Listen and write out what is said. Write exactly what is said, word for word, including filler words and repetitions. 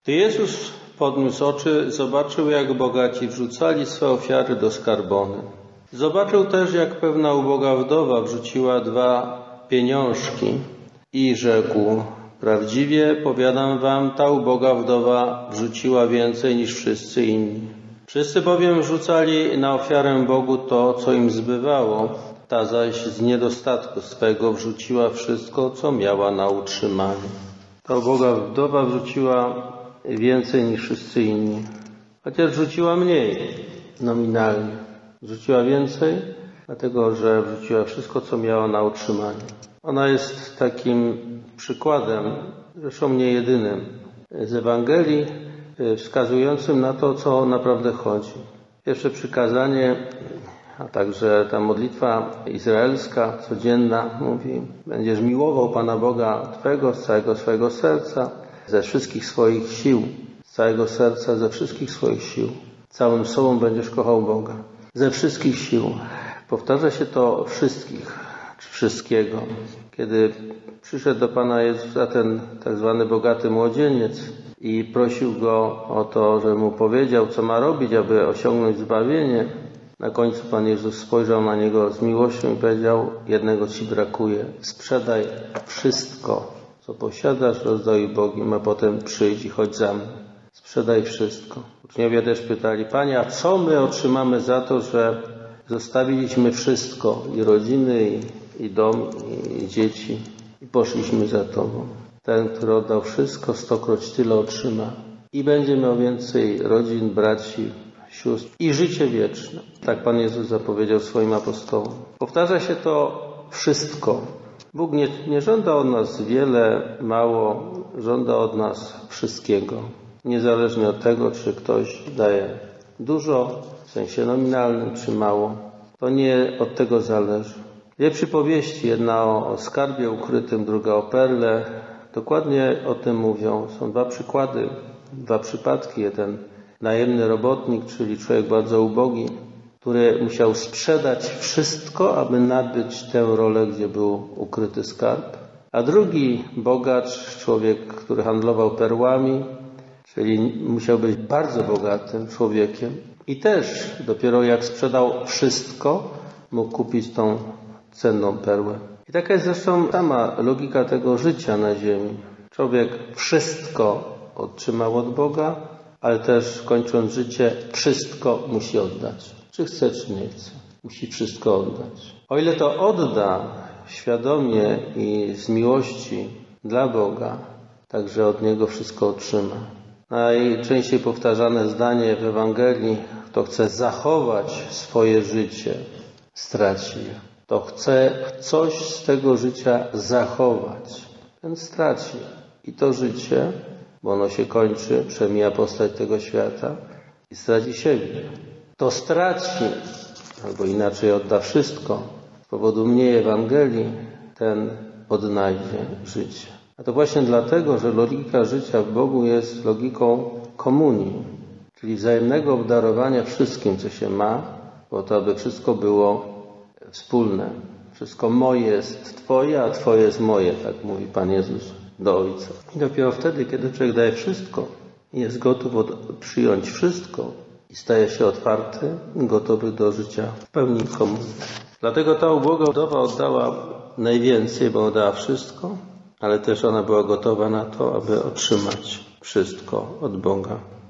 Gdy Jezus podniósł oczy, zobaczył, jak bogaci wrzucali swe ofiary do skarbony. Zobaczył też, jak pewna uboga wdowa wrzuciła dwa pieniążki i rzekł: prawdziwie powiadam wam, ta uboga wdowa wrzuciła więcej niż wszyscy inni. Wszyscy bowiem wrzucali na ofiarę Bogu to, co im zbywało, ta zaś z niedostatku swego wrzuciła wszystko, co miała na utrzymanie. Ta uboga wdowa wrzuciła więcej niż wszyscy inni, chociaż wrzuciła mniej nominalnie. Wrzuciła więcej, dlatego że wrzuciła wszystko, co miała na utrzymanie. Ona jest takim przykładem, zresztą nie jedynym, z Ewangelii wskazującym na to, co naprawdę chodzi. Pierwsze przykazanie, a także ta modlitwa izraelska, codzienna, mówi: będziesz miłował Pana Boga Twego z całego swojego serca, ze wszystkich swoich sił, z całego serca, ze wszystkich swoich sił. Całym sobą będziesz kochał Boga. Ze wszystkich sił. Powtarza się to wszystkich, czy wszystkiego. Kiedy przyszedł do Pana Jezusa ten tak zwany bogaty młodzieniec i prosił Go o to, żeby mu powiedział, co ma robić, aby osiągnąć zbawienie, na końcu Pan Jezus spojrzał na niego z miłością i powiedział: jednego ci brakuje. Sprzedaj wszystko, co posiadasz, rozdaj ubogim, a potem przyjdź i chodź za mną. Sprzedaj wszystko. Uczniowie też pytali: Panie, a co my otrzymamy za to, że zostawiliśmy wszystko, i rodziny, i, i dom, i, i dzieci, i poszliśmy za Tobą? Ten, który oddał wszystko, stokroć tyle otrzyma i będzie miał więcej rodzin, braci, sióstr i życie wieczne. Tak Pan Jezus zapowiedział swoim apostołom. Powtarza się to wszystko. Bóg nie, nie żąda od nas wiele, mało, żąda od nas wszystkiego. Niezależnie od tego, czy ktoś daje dużo, w sensie nominalnym, czy mało. To nie od tego zależy. Dwie przypowieści, jedna o, o skarbie ukrytym, druga o perle, dokładnie o tym mówią. Są dwa przykłady, dwa przypadki. Jeden najemny robotnik, czyli człowiek bardzo ubogi, który musiał sprzedać wszystko, aby nabyć tę rolę, gdzie był ukryty skarb. A drugi bogacz, człowiek, który handlował perłami, czyli musiał być bardzo bogatym człowiekiem. I też dopiero jak sprzedał wszystko, mógł kupić tą cenną perłę. I taka jest zresztą sama logika tego życia na ziemi. Człowiek wszystko otrzymał od Boga, ale też kończąc życie wszystko musi oddać. Czy chce, czy nie chce. Musi wszystko oddać. O ile to odda świadomie i z miłości dla Boga, także od Niego wszystko otrzyma. Najczęściej powtarzane zdanie w Ewangelii: kto chce zachować swoje życie, straci je. Kto chce coś z tego życia zachować, ten straci. I to życie, bo ono się kończy, przemija postać tego świata i straci siebie. To straci, albo inaczej odda wszystko z powodu mnie Ewangelii, ten odnajdzie życie. A to właśnie dlatego, że logika życia w Bogu jest logiką komunii, czyli wzajemnego obdarowania wszystkim, co się ma, po to, aby wszystko było wspólne. Wszystko moje jest Twoje, a Twoje jest moje, tak mówi Pan Jezus do Ojca. I dopiero wtedy, kiedy człowiek daje wszystko, jest gotów od, przyjąć wszystko i staje się otwarty, gotowy do życia w pełni komunii. Dlatego ta uboga wdowa oddała najwięcej, bo oddała wszystko, ale też ona była gotowa na to, aby otrzymać wszystko od Boga.